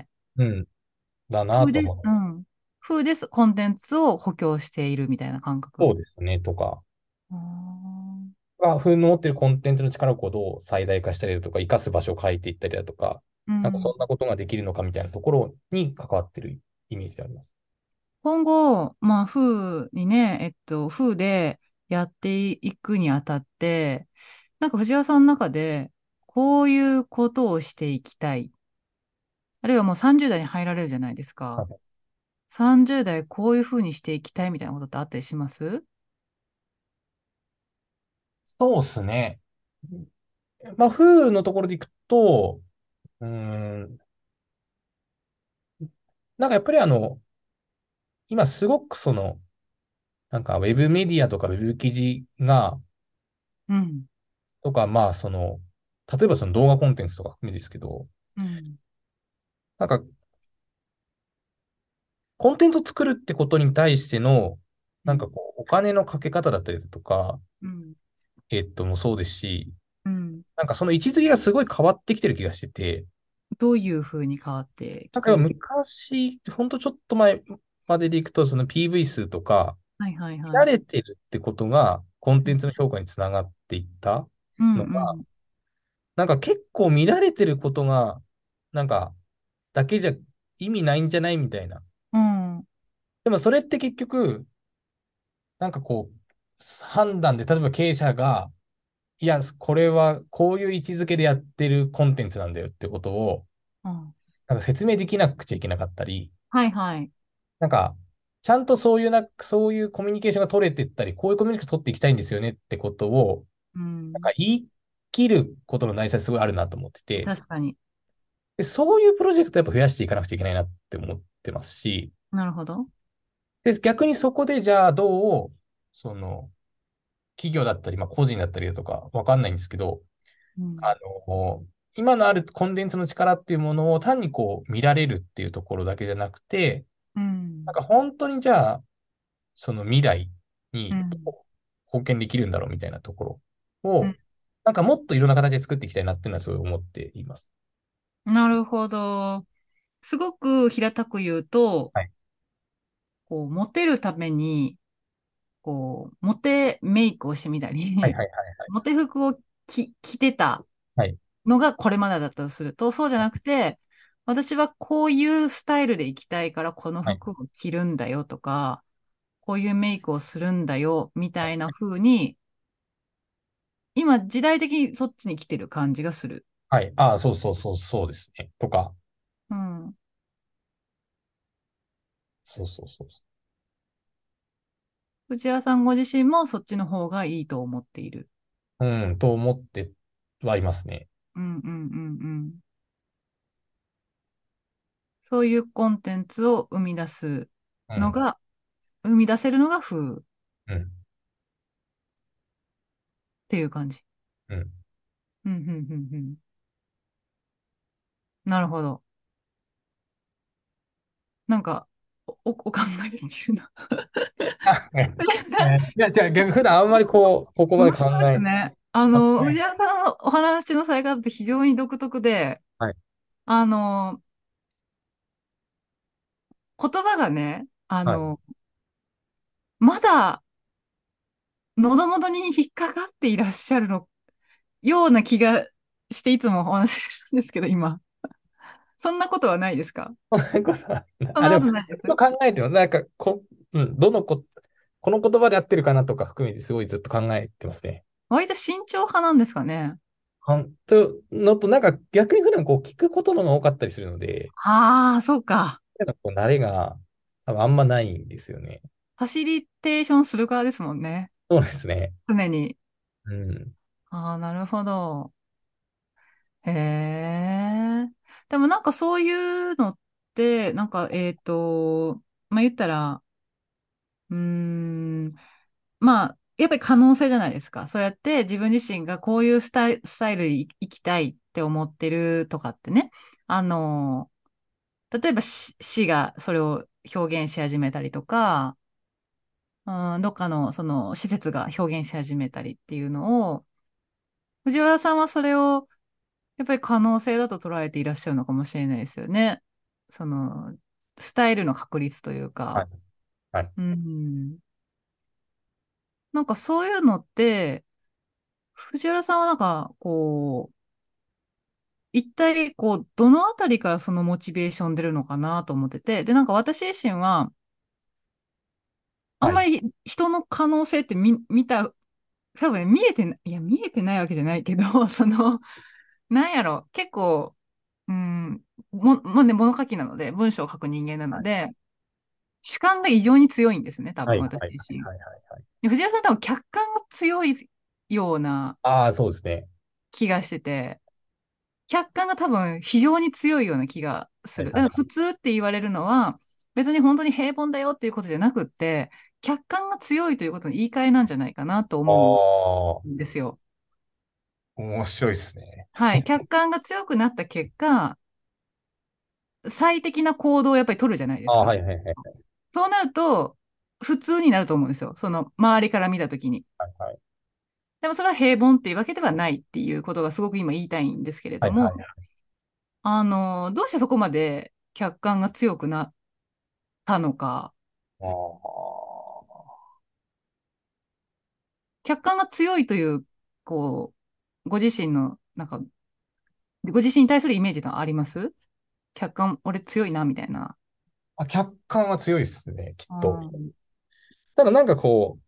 うん、だな風で、 と思います。 うん。風です。コンテンツを補強しているみたいな感覚。 そうですね、とか。 うーん。 風の持ってるコンテンツの力をこうどう最大化したりだとか、活かす場所を変えていったりだとか、なんかうん。 そんなことができるのかみたいなところに関わってるイメージであります。 今後、まあ、風にね、風でやっていくにあたって、なんか藤原さんの中で、こういうことをしていきたい。あるいはもう30代に入られるじゃないですか。 はい。 30代こういうふうにしていきたいみたいなことってあったりします？ そうですね。まあ、風のところでいくと、なんかやっぱり今すごくその、なんかウェブメディアとかウェブ記事が、 うん。 とか、まあその、例えばその動画コンテンツとか含めてですけど、 うん。 なんかコンテンツを作るってことに対しての、 うん。 なんかこう、お金のかけ方だったりだとか、 うん。 もそうですし、 うん。 なんかその位置づけがすごい変わってきてる気がしてて、 どういうふうに変わってきなんかている？ 昔、ほんとちょっと前まででいくと、その PV 数とか、 はいはいはい。 見られてるってことがコンうん。 テンツの評価につながっていったうんのが、 うん。 なんか結構見られてることが、なんか、だけじゃ意味ないんじゃないみたいな。 でもそれって結局、なんかこう、判断で、例えば経営者が、いや、これはこういう位置づけでやってるコンテンツなんだよってことを、 うん。 なんか説明できなくちゃいけなかったり、 はいはい。 なんか、ちゃんとそういうコミュニケーションが取れてったり、こういうコミュニケーション取っていきたいんですよねってことを、 うん。 なんか言い切ることの大切さすごいあるなと思ってて、 確かに。 で、そういうプロジェクトやっぱ増やしていかなくちゃいけないなって思ってますし、 なるほど。 で、逆にそこでじゃあどう、その、企業だったり、まあ個人だったりだとか、わかんないんですけど、あうん。 の、今のあるコンテンツの力っていうものを単にこう見られるっていうところだけじゃなくて、 うん。 なんか本当にじゃあ、その未来にどうん。 う貢献できるんだろうみたいなところうん。 を、なんかもっといろんな形で作っていきたいなっていうのはすごい思っています。 なるほど。すごく平たく言うと、 はい。 こう、モテるために、こう、モテメイクをしてみたり、 はいはいはいはい。 モテ服を着てたはい。 のがこれまでだったとすると、そうじゃなくて、私はこういうスタイルで行きたいからこのはい。 服を着るんだよとか、こういうメイクをするんだよみはい。 たいな風に、今時代的にそっちに来てる感じがする。 はい。ああ、そうそうそう、そうですね。とか、 うん。 そうそうそう。 藤谷さんご自身もそっちの方がいいと思っている。 うん、と思ってはいますね。 うんうんうんうん。そういうコンテンツを生み出すうん。 のが、生み出せるのが風っうん。 ていう感じ。 うん。 うんうんうんうん。なるほど。なんか、お考え中な。 あ、いや、じゃあ逆、普段あんまりこう、ここまで考面白いですえ、 ね。藤考え、 原さんのお話のされ方って非常に独特で、 はい。 あの、言葉がね、 はい。 まだ喉元に引っかかっていらっしゃるのような気がしていつもお話しするんですけど、今。そんなことはないですか？ そんなことはそんなあ、でも、 ことないです。 ずっと考えてます。なんか、うん、この言葉で合ってるかなとか含めてすごいずっと考えてますね。 割と慎重派なんですかね。 本当のと、なんか逆に普段こう聞くことの方が多かったりするので、 はあ、そうか。 なんかこう慣れが多分あんまないんですよね。 ファシリテーションする側ですもんね。 そうですね。 常に。 うん。 ああ、なるほど。へえ。でもなんかそういうのって、なんか、まあ、言ったら、うーん、まあ、やっぱり可能性じゃないですか。そうやって自分自身がこういうスタイルで生きたいって思ってるとかってね。あの、例えば市がそれを表現し始めたりとか、うん、どっかのその施設が表現し始めたりっていうのを、藤原さんはそれをやっぱり可能性だと捉えていらっしゃるのかもしれないですよね。その、スタイルの確立というはい。 か。 はい。 うん。なんかそういうのって、藤原さんはなんか、こう、一体、こう、どのあたりからそのモチベーション出るのかなと思ってて、で、なんか私自身は、あんはい。 まり人の可能性って見た、多分ね、見えてないわけじゃないけど、なんやろ、結構、うん、もうね、物書きなので、文章を書く人間なので、主観が異常に強いんですね、多分はい。はい。はい。 私自身。 はい。はい。 で藤原さん多分客観が強いようなああ、そうですね。 気がしてて、客観が多分非常に強いような気がすはい。 る。だはい。 から普通って言われるのは、別に本当に平凡だよっていうことじゃなくって、客観が強いということの言い換えなんじゃないかなとあ思うんあ、 ですよ。 面白いですね。 はい。客観が強くなった結果、最適な行動をやっぱり取るじゃないでああ、 すか。 はい。はい。はい。 そうなると、普通になると思うんですよ。その周りから見たときに。 はい。はい。 でもそれは平凡っていうわけではないっていうことがすごく今言いたいんですけれはい。 ども、 はい。 どうしてそこまで客観が強くなったのか、 ああ。 客観が強いという、こご自身の、なんか、ご自身に対するイメージがあります？客観、俺強いな、みたいな。 客観は強いですね、きっと。 うん。 ただなんかこう、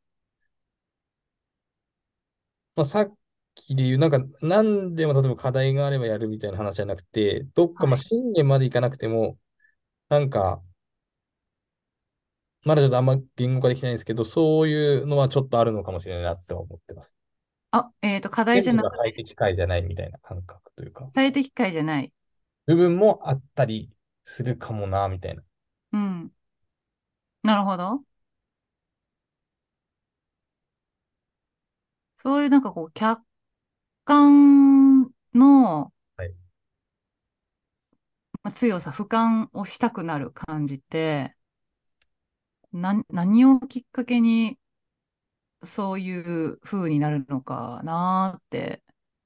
まあ、さっきで言う、なんか、なんでも例えば課題があればやるみたいな話じゃなくて、どっかまあはい。 信念までいかなくても、なんか、まだちょっとあんま言語化できてないんですけど、そういうのはちょっとあるのかもしれないなって思ってます。 あ、課題じゃ全部がなくて、 最適解じゃないみたいな感覚というか、 最適解じゃない。 部分もあったりするかもな、みたいな。 うん。なるほど。そういうなんかこう、客観のはい。 強さ、俯瞰をしたくなる感じって、何をきっかけにそういう風になるのかなーって。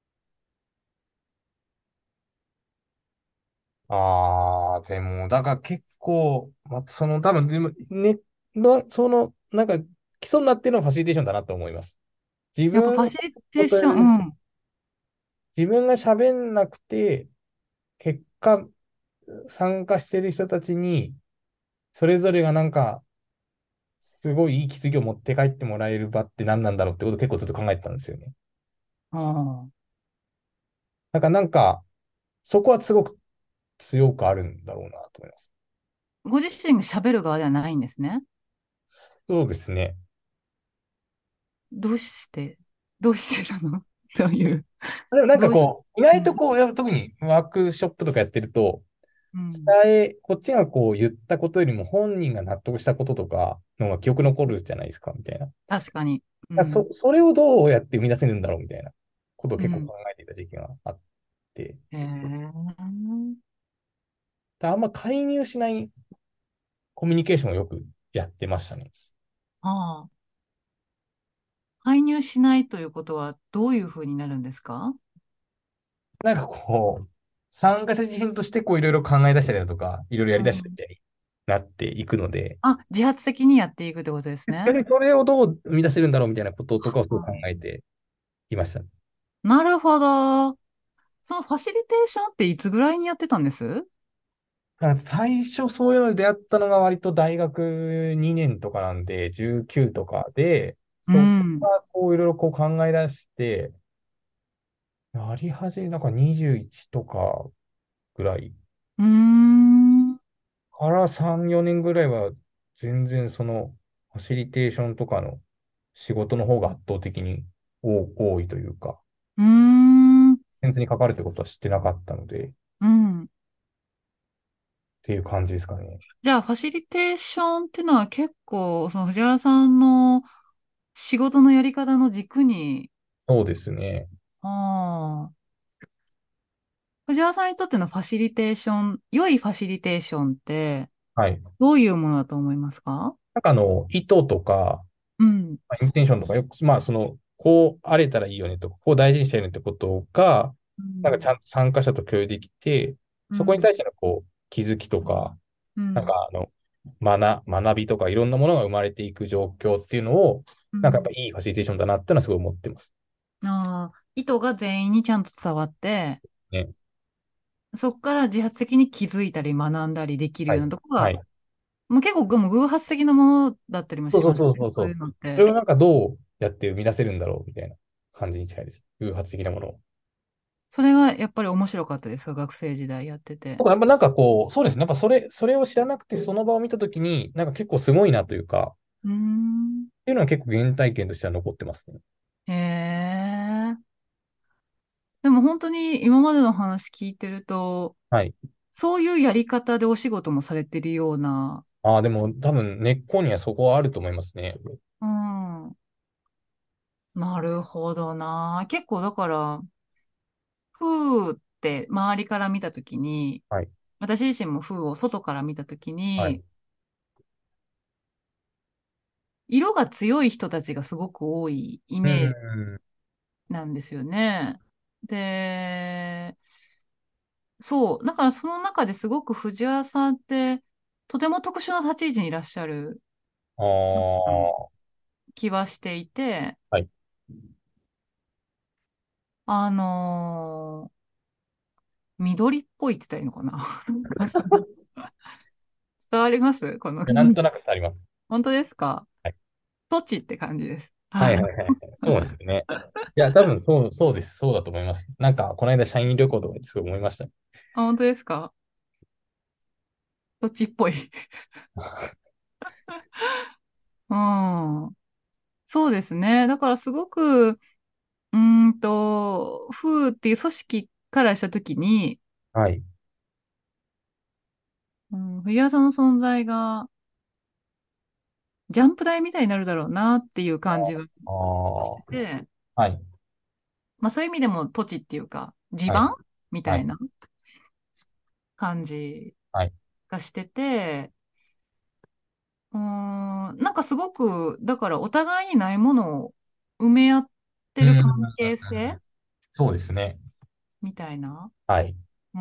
ああ、でも、だから結構、まあ、その、多分、でも、ね、その、なんか、基礎になってるのはファシリテーションだなと思います。自やっぱ分ファシリテーション、 とうん。 自分が喋んなくて、結果、参加してる人たちに、それぞれがなんか、すごいいい気づきを持って帰ってもらえる場って何なんだろうってことを結構ずっと考えてたんですよね。 ああ。 なんか、そこはすごく強くあるんだろうなと思います。 ご自身が喋る側ではないんですね。 そうですね。 どうして、どうしてなのという。 でもなんどうし、 かこう、意外うん。 とこう、特にワークショップとかやってると、 うん。 こっちがこう言ったことよりも本人が納得したこととかのが記憶残るじゃないですか、みたいな。 確かに。うん。 それをどうやって生み出せるんだろうみたいなことをうん。 結構考えていた時期があって、 へえ。 あんま介入しないコミュニケーションをよくやってましたね。 ああ。介入しないということはどういうふうになるんですか？ なんかこう、参加者自身としてこういろいろ考え出したりだとか、いろいろやり出したりうん。 みたいになっていくので、 あ、自発的にやっていくってことですね。 逆にそれをどう生み出せるんだろうみたいなこととかをすごい考あ、 えていました。 なるほど。そのファシリテーションっていつぐらいにやってたんです？ だから最初そういうのに出会ったのが割と大学2年とかなんで、19とかで、 うそこん。 からこういろいろこう考え出して、やり始め、なんか21とかぐらいうーん。 から3、4年ぐらいは全然そのファシリテーションとかの仕事の方が圧倒的に多いというか、 うーん。 全然に関わるってことは知ってなかったので、っうん。 ていう感じですかね。 じゃあ、ファシリテーションっていうのは結構、その藤原さんの仕事のやり方の軸に、 そうですね。 ああ、藤原さんにとってのファシリテーション、良いファシリテーションってはい。 どういうものだと思いますか？ なんか意図とか、 うん。 まあインテンションとかよく、まあこうあれたらいいよねとか、こう大事にしたいねってことが、 うん。 なんかちゃんと参加者と共有できて、 うん。 そこに対してのこう気づきとか、なんうん。 か学びとかいろんなものが生まれていく状況っていうのを、なんかやっぱうん。 いいファシリテーションだなっていうのはすごい思ってますああ、意図が全員にちゃんと伝わって、 ね。 そこから自発的に気づいたり学んだりできるようはい。 なとこが、 はい。 もう結構偶発的なものだったりもそうそうしますね。 そうそうそう。 そういうのって。 それをなんかどうやって生み出せるんだろうみたいな感じに近いです。偶発的なものを。 それがやっぱり面白かったですか、学生時代やってて。 僕はやっぱなんかこう、そうですね。やっぱそれを知らなくてその場を見たときに、なんか結構すごいなというか、 うーん。 っていうのは結構原体験としては残ってますね。 へえ。でも本当に今までの話聞いてると、 はい。 そういうやり方でお仕事もされてるような、 ああ、でも多分根っこにはそこはあると思いますね。 うん。なるほどな。結構だから、風って周りから見たときに、 はい。 私自身も風を外から見たときはい。 に、色が強い人たちがすごく多いイうメージん。 なんですよね。で、そう。だからその中ですごく藤原さんって、とても特殊な立ち位置にいらっしゃるああ、 気はしていて、 はい。 あの緑っぽいって言ったらいいのかな。 伝わりますこのなんとな印象。 くあります。 本当ですか？ はい。 土地って感じです。 はいはい。 はいはい。そうですね。いや、多分そうです。そうだと思います。なんか、この間、社員旅行とかですごい思いました。 あ、本当ですか？土地っぽい。うん。そうですね。だからすごく、フーっていう組織からしたときに、 はい。 うん、藤原さんの存在がジャンプ台みたいになるだろうなっていう感じはああ、 してて、 はい。 まあそういう意味でも土地っていうか、地はい。 盤みはい。 たいな感じはい。 がしてて、なんかすごく、だからお互いにないものを埋め合ってる関うん。 係性そうですね。 みたいな。 はい。 うん。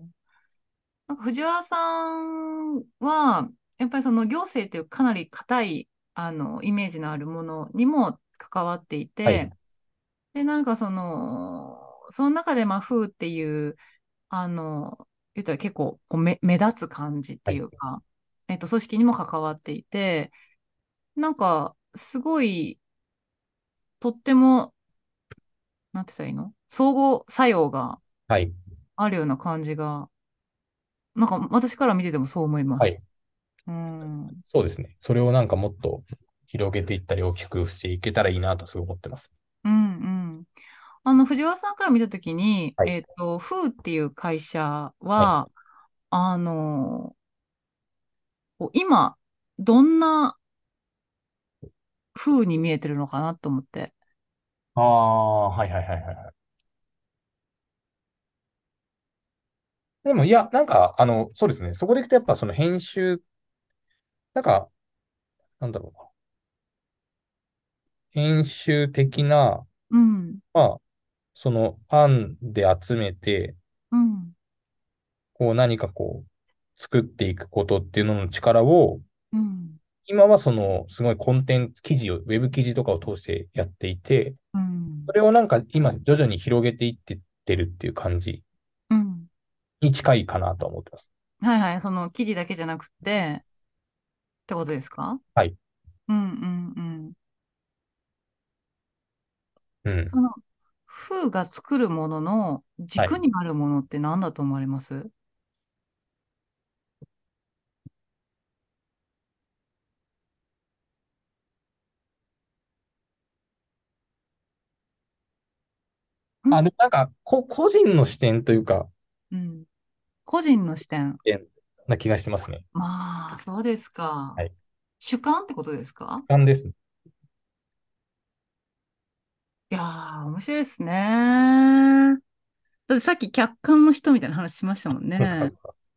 なんか藤原さんは、やっぱりその行政っていうかなり硬い、イメージのあるものにも関わっていはい。 て、で、なんかその中で、まあ、風っていう、言ったら結構こう目立つ感じってはい。 いうか、組織にも関わっていて、なんか、すごい、とっても、なんて言ったらいいの相互作用がはい。 あるような感じが、なんか私から見ててもそう思いまはい。 す。うん。うんそうですね。それをなんかもっと広げていったり大きくしていけたらいいなとすごい思ってます。 うん。藤原さんから見たときに、 はい。 風っていう会社はい。 は、あの、こう今、どんな風に見えてるのかなと思って。 ああ、はいはいはいはいはい。でも、いや、なんか、そうですね。そこでいくと、やっぱその編集、なんか、なんだろうな。編集的な、 うん。 まあ、その案で集めて、 うん。 こう何かこう、作っていくことっていうのの力を、 うん。 今はその、すごいコンテンツ記事を、ウェブ記事とかを通してやっていて、 うん。 それをなんか今、徐々に広げていってってるっていう感じうん。 に近いかなとは思ってます。 はいはい。その記事だけじゃなくて、ってことですか？ はい。 うんうんうん。 うん。 その、風が作るもののはい。 軸にあるものって何だと思われます？ あ、 んでもなんか、個人の視点というか、 うん。個人の視点。 視点な気がしてますね。 まあ、そうですか。 はい。 主観ってことですか？ 感ですね。 いやー、面白いですね。だってさっき客観の人みたいな話しましたもんね。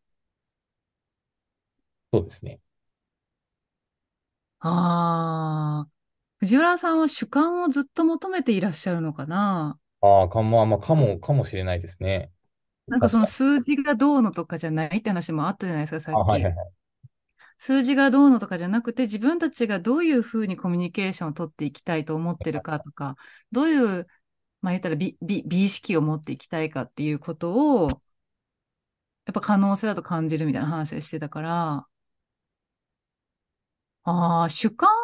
そうですね。 ああ、藤原さんは主観をずっと求めていらっしゃるのかな？ ああ、まあ、かもしれないですね。 なんかその確かに。 数字がどうのとかじゃないって話もあったじゃないですか、さあ、 っき。 はいはいはい。 数字がどうのとかじゃなくて、自分たちがどういうふうにコミュニケーションを取っていきたいと思ってるかとか、どういう、まあ言ったら美意識を持っていきたいかっていうことを、やっぱ可能性だと感じるみたいな話をしてたから、ああ、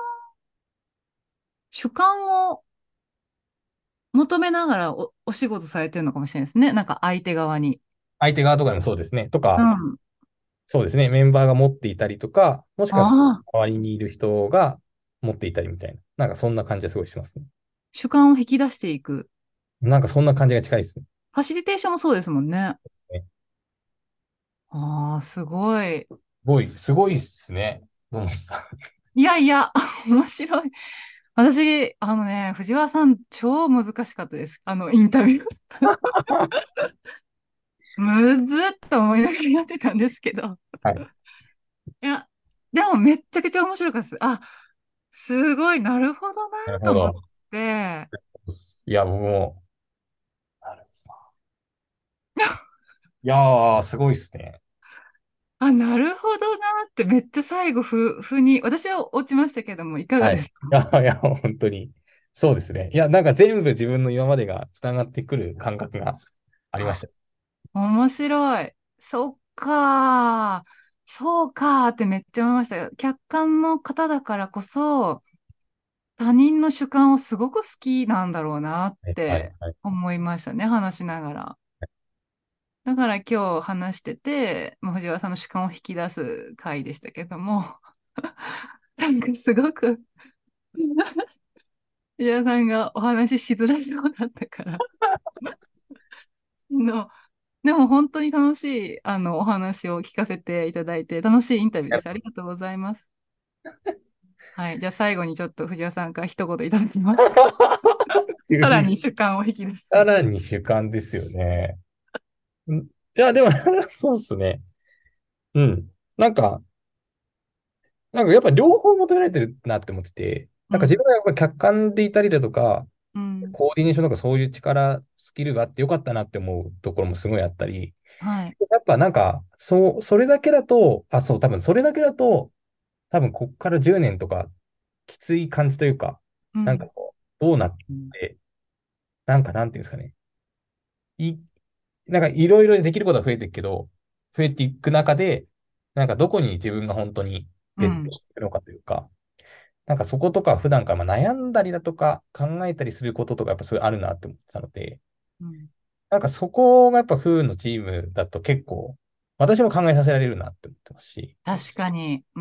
主観を求めながらお仕事されてるのかもしれないですね。なんか相手側に。 相手側とかでもそうですね。とか、 うん。 そうですね。メンバーが持っていたりとか、もしくはああ、 周りにいる人が持っていたりみたいな。なんかそんな感じはすごいしますね。 主観を引き出していく。 なんかそんな感じが近いですね。 ファシリテーションもそうですもんね。 ねああ、すごい。 すごいっすね。どうもさいやいや、面白い。私、藤原さん、超難しかったです。インタビュー。むずっと思いながらやってたんですけど。 はい。 いや、でもめっちゃくちゃ面白かったです。あ、すごい、なるほどななると思っほど。 て、 いや、僕も、なるほどな。いやー、すごいっすね。 あ、なるほどなってめっちゃ最後ふに、私は落ちましたけども、いかがはい。 ですか？ 本当に。そうですね。いや、なんか全部自分の今までが繋がってくる感覚がありましあ、 た。 面白い。そっかそうかーってめっちゃ思いましたよ。客観の方だからこそ、他人の主観をすごく好きなんだろうなっはいはいてはい。 思いましたね、話しながら。だから今日話してて、まあ藤原さんの主観を引き出す回でしたけども、なんかすごく藤原さんがお話ししづらそうだったから、の、でも本当に楽しいお話を聞かせていただいて、楽しいインタビューでした。ありがとうございます。はい。じゃあ最後にちょっと藤原さんから一言いただきます。さら急に、 に主観を引き出す。 さらに主観ですよね。いや、でもそうっすね。うん。なんか、やっぱ両方求められてるなって思ってて、 うん。 自分がやっぱ客観でいたりだとか、 うん。 コーディネーションとかそういう力、スキルがあってよかったなって思うところもすごいあったり、 はい。 やっぱそれだけだと、多分それだけだと、多分こっから10年とか、きつい感じというか、 うん。 どうなって、なんていうんですかね。い、いろいろできることは増えていくけど、増えていく中で、どこに自分が本当にベットうん。 していくのかというか、そことか普段からまあ悩んだりだとか考えたりすることとかやっぱそういうあるなって思ってたので、 うん。 そこがやっぱ不運のチームだと結構私も考えさせられるなって思ってますし、 確かに。うん。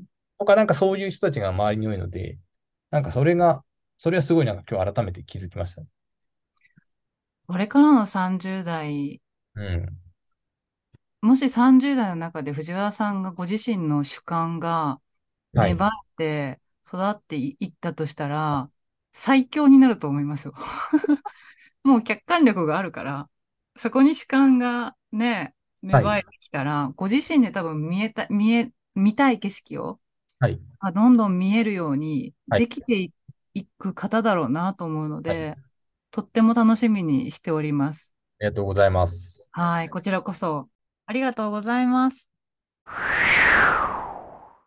とかそういう人たちが周りに多いので、それはすごい今日改めて気づきましたね。 これからの30代、 うん。 もし30代の中で藤原さんがご自身の主観がはい。 芽生えて育っていったとしたら、最強になると思いますよ。もう客観力があるから、そこに主観がね、芽はい。 生えてきたら、ご自身で多分見たい景色をはい。 どんどん見えるようにはい。 できていく方だろうなと思うのはい。 で、とっても楽しみにしております。 ありがとうございます。 はい、こちらこそありがとうございます。